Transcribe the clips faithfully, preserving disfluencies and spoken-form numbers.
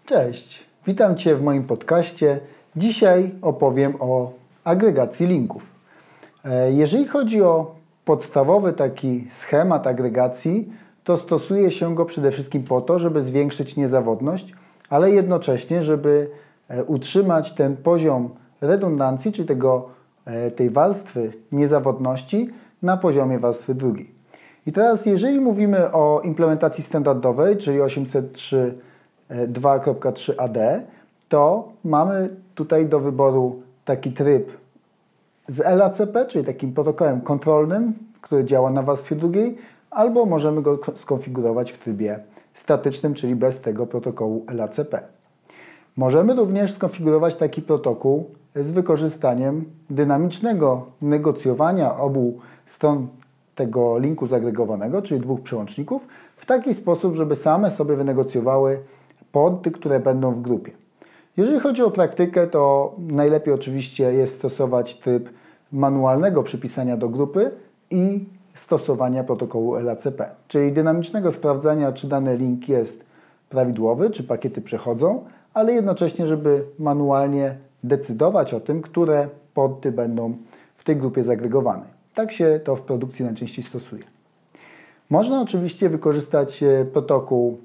Cześć, witam Cię w moim podcaście. Dzisiaj opowiem o agregacji linków. Jeżeli chodzi o podstawowy taki schemat agregacji, to stosuje się go przede wszystkim po to, żeby zwiększyć niezawodność, ale jednocześnie, żeby utrzymać ten poziom redundancji, czyli tego, tej warstwy niezawodności na poziomie warstwy drugiej. I teraz jeżeli mówimy o implementacji standardowej, czyli osiemset trzy dwa kropka trzy A D, to mamy tutaj do wyboru taki tryb z L A C P, czyli takim protokołem kontrolnym, który działa na warstwie drugiej, albo możemy go skonfigurować w trybie statycznym, czyli bez tego protokołu L A C P. Możemy również skonfigurować taki protokół z wykorzystaniem dynamicznego negocjowania obu stron tego linku zagregowanego, czyli dwóch przełączników, w taki sposób, żeby same sobie wynegocjowały porty, które będą w grupie. Jeżeli chodzi o praktykę, to najlepiej oczywiście jest stosować tryb manualnego przypisania do grupy i stosowania protokołu L A C P, czyli dynamicznego sprawdzania, czy dany link jest prawidłowy, czy pakiety przechodzą, ale jednocześnie, żeby manualnie decydować o tym, które porty będą w tej grupie zagregowane. Tak się to w produkcji najczęściej stosuje. Można oczywiście wykorzystać protokół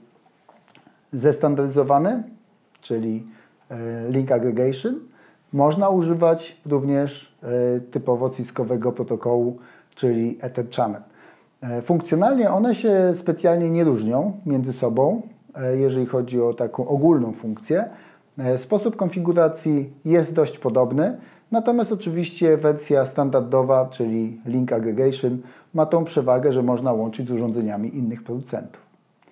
zestandaryzowany, czyli link aggregation. Można używać również typowo ciskowego protokołu, czyli Ether Channel. Funkcjonalnie one się specjalnie nie różnią między sobą, jeżeli chodzi o taką ogólną funkcję. Sposób konfiguracji jest dość podobny, natomiast oczywiście wersja standardowa, czyli link aggregation, ma tą przewagę, że można łączyć z urządzeniami innych producentów.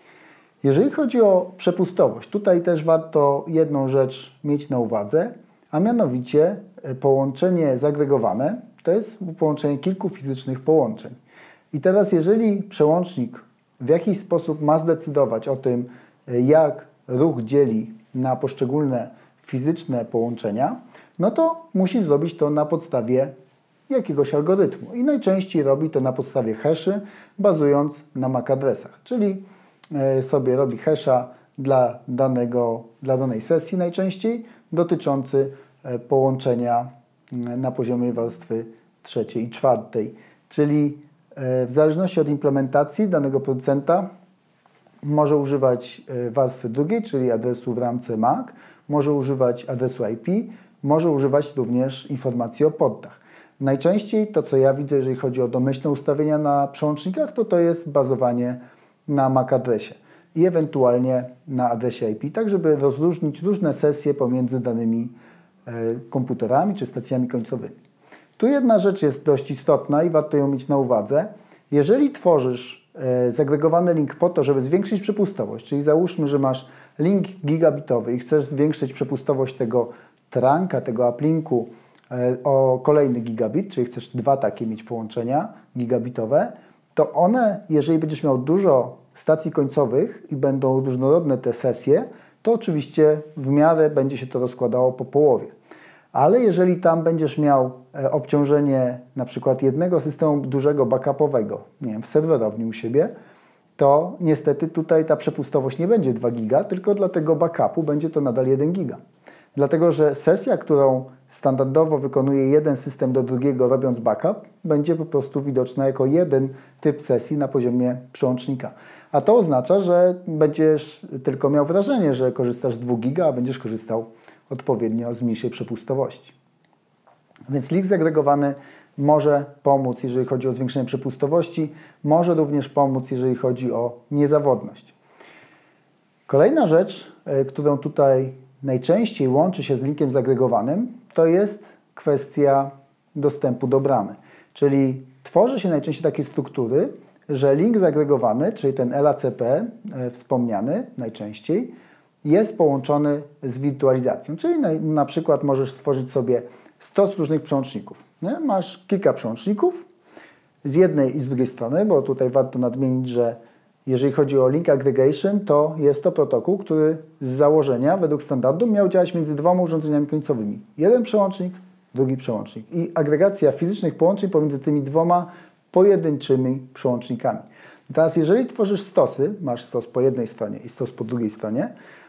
Jeżeli chodzi o przepustowość, tutaj też warto jedną rzecz mieć na uwadze, a mianowicie połączenie zagregowane to jest połączenie kilku fizycznych połączeń. I teraz jeżeli przełącznik w jakiś sposób ma zdecydować o tym, jak ruch dzieli na poszczególne fizyczne połączenia, no to musi zrobić to na podstawie jakiegoś algorytmu. I najczęściej robi to na podstawie haszy, bazując na M A C adresach, czyli sobie robi hasza dla, danego, dla danej sesji najczęściej, dotyczący połączenia na poziomie warstwy trzeciej i czwartej. Czyli w zależności od implementacji danego producenta może używać warstwy drugiej, czyli adresu w ramce M A C, może używać adresu I P, może używać również informacji o portach. Najczęściej to, co ja widzę, jeżeli chodzi o domyślne ustawienia na przełącznikach, to to jest bazowanie na M A C adresie i ewentualnie na adresie I P, tak żeby rozróżnić różne sesje pomiędzy danymi e, komputerami czy stacjami końcowymi. Tu jedna rzecz jest dość istotna i warto ją mieć na uwadze. Jeżeli tworzysz e, zagregowany link po to, żeby zwiększyć przepustowość, czyli załóżmy, że masz link gigabitowy i chcesz zwiększyć przepustowość tego trunka, tego uplinku e, o kolejny gigabit, czyli chcesz dwa takie mieć połączenia gigabitowe, to one, jeżeli będziesz miał dużo stacji końcowych i będą różnorodne te sesje, to oczywiście w miarę będzie się to rozkładało po połowie. Ale jeżeli tam będziesz miał obciążenie na przykład jednego systemu dużego backupowego, nie wiem, w serwerowni u siebie, to niestety tutaj ta przepustowość nie będzie dwa giga, tylko dla tego backupu będzie to nadal jeden giga. Dlatego, że sesja, którą standardowo wykonuje jeden system do drugiego robiąc backup, będzie po prostu widoczna jako jeden typ sesji na poziomie przełącznika. A to oznacza, że będziesz tylko miał wrażenie, że korzystasz z dwóch giga, a będziesz korzystał odpowiednio z mniejszej przepustowości. Więc link zagregowany może pomóc, jeżeli chodzi o zwiększenie przepustowości, może również pomóc, jeżeli chodzi o niezawodność. Kolejna rzecz, którą tutaj najczęściej łączy się z linkiem zagregowanym, to jest kwestia dostępu do bramy. Czyli tworzy się najczęściej takie struktury, że link zagregowany, czyli ten L A C P e, wspomniany najczęściej, jest połączony z wirtualizacją. Czyli na, na przykład możesz stworzyć sobie stos różnych przełączników. Nie? Masz kilka przełączników z jednej i z drugiej strony, bo tutaj warto nadmienić, że jeżeli chodzi o link aggregation, to jest to protokół, który z założenia według standardu miał działać między dwoma urządzeniami końcowymi. Jeden przełącznik, drugi przełącznik. I agregacja fizycznych połączeń pomiędzy tymi dwoma pojedynczymi przełącznikami. Teraz jeżeli tworzysz stosy, masz stos po jednej stronie i stos po drugiej stronie,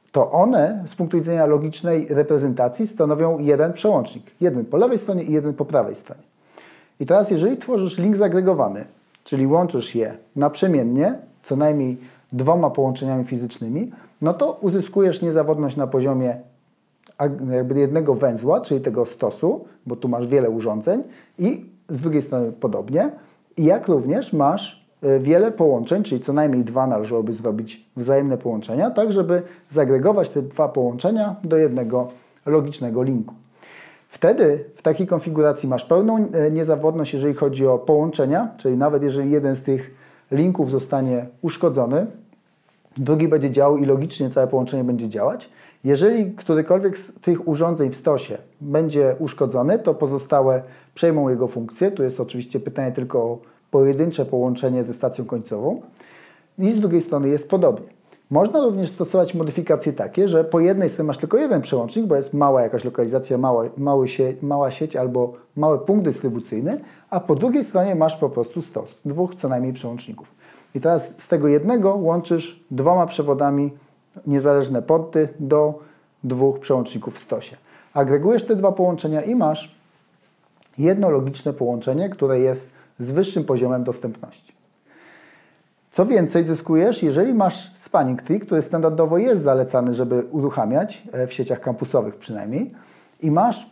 to one z punktu widzenia logicznej reprezentacji stanowią jeden przełącznik. Jeden po lewej stronie i jeden po prawej stronie. I teraz jeżeli tworzysz link zagregowany, czyli łączysz je naprzemiennie, co najmniej dwoma połączeniami fizycznymi, no to uzyskujesz niezawodność na poziomie jakby jednego węzła, czyli tego stosu, bo tu masz wiele urządzeń i z drugiej strony podobnie. I jak również masz wiele połączeń, czyli co najmniej dwa należałoby zrobić wzajemne połączenia, tak żeby zagregować te dwa połączenia do jednego logicznego linku. Wtedy w takiej konfiguracji masz pełną niezawodność, jeżeli chodzi o połączenia, czyli nawet jeżeli jeden z tych linków zostanie uszkodzony, drugi będzie działał i logicznie całe połączenie będzie działać. Jeżeli którykolwiek z tych urządzeń w stosie będzie uszkodzony, to pozostałe przejmą jego funkcję. Tu jest oczywiście pytanie tylko o pojedyncze połączenie ze stacją końcową. I z drugiej strony jest podobnie. Można również stosować modyfikacje takie, że po jednej stronie masz tylko jeden przełącznik, bo jest mała jakaś lokalizacja, mała, mały sie, mała sieć albo mały punkt dystrybucyjny, a po drugiej stronie masz po prostu stos, dwóch co najmniej przełączników. I teraz z tego jednego łączysz dwoma przewodami niezależne porty do dwóch przełączników w stosie. Agregujesz te dwa połączenia i masz jedno logiczne połączenie, które jest z wyższym poziomem dostępności. Co więcej zyskujesz, jeżeli masz spanning tree, który standardowo jest zalecany, żeby uruchamiać, w sieciach kampusowych przynajmniej, i masz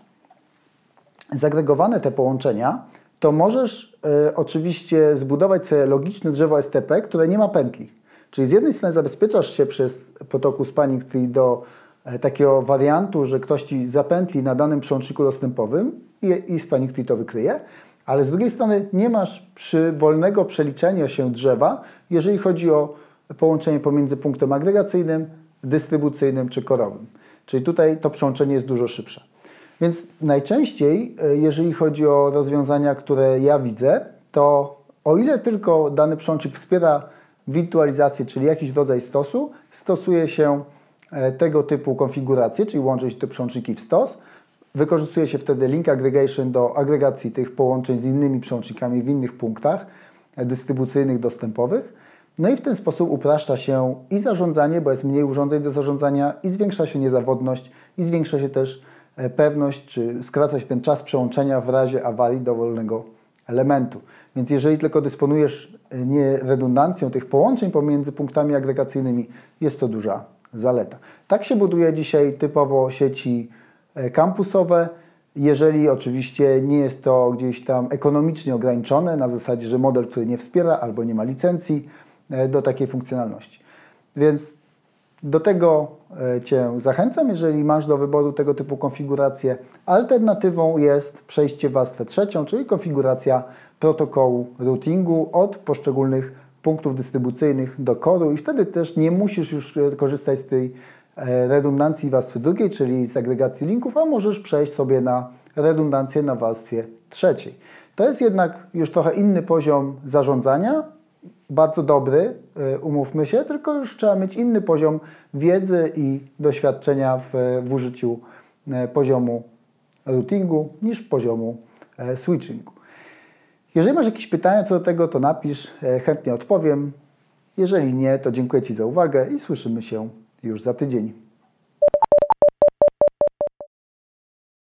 zagregowane te połączenia, to możesz e, oczywiście zbudować sobie logiczne drzewo S T P, które nie ma pętli. Czyli z jednej strony zabezpieczasz się przez potoku spanning tree do e, takiego wariantu, że ktoś Ci zapętli na danym przełączniku dostępowym i, i spanning tree to wykryje, ale z drugiej strony nie masz przywolnego przeliczenia się drzewa, jeżeli chodzi o połączenie pomiędzy punktem agregacyjnym, dystrybucyjnym czy korowym. Czyli tutaj to przełączenie jest dużo szybsze. Więc najczęściej, jeżeli chodzi o rozwiązania, które ja widzę, to o ile tylko dany przełącznik wspiera wirtualizację, czyli jakiś rodzaj stosu, stosuje się tego typu konfigurację, czyli łączyć te przełączniki w stos. Wykorzystuje się wtedy link aggregation do agregacji tych połączeń z innymi przełącznikami w innych punktach dystrybucyjnych, dostępowych. No i w ten sposób upraszcza się i zarządzanie, bo jest mniej urządzeń do zarządzania, i zwiększa się niezawodność, i zwiększa się też pewność, czy skraca się ten czas przełączenia w razie awarii dowolnego elementu. Więc jeżeli tylko dysponujesz nie redundancją tych połączeń pomiędzy punktami agregacyjnymi, jest to duża zaleta. Tak się buduje dzisiaj typowo sieci kampusowe, jeżeli oczywiście nie jest to gdzieś tam ekonomicznie ograniczone, na zasadzie, że model, który nie wspiera albo nie ma licencji do takiej funkcjonalności. Więc do tego Cię zachęcam, jeżeli masz do wyboru tego typu konfigurację. Alternatywą jest przejście w warstwę trzecią, czyli konfiguracja protokołu routingu od poszczególnych punktów dystrybucyjnych do koru i wtedy też nie musisz już korzystać z tej redundancji warstwy drugiej, czyli z agregacji linków, a możesz przejść sobie na redundancję na warstwie trzeciej. To jest jednak już trochę inny poziom zarządzania, bardzo dobry, umówmy się, tylko już trzeba mieć inny poziom wiedzy i doświadczenia w, w użyciu poziomu routingu niż poziomu switchingu. Jeżeli masz jakieś pytania co do tego, to napisz, chętnie odpowiem. Jeżeli nie, to dziękuję Ci za uwagę i słyszymy się już za tydzień.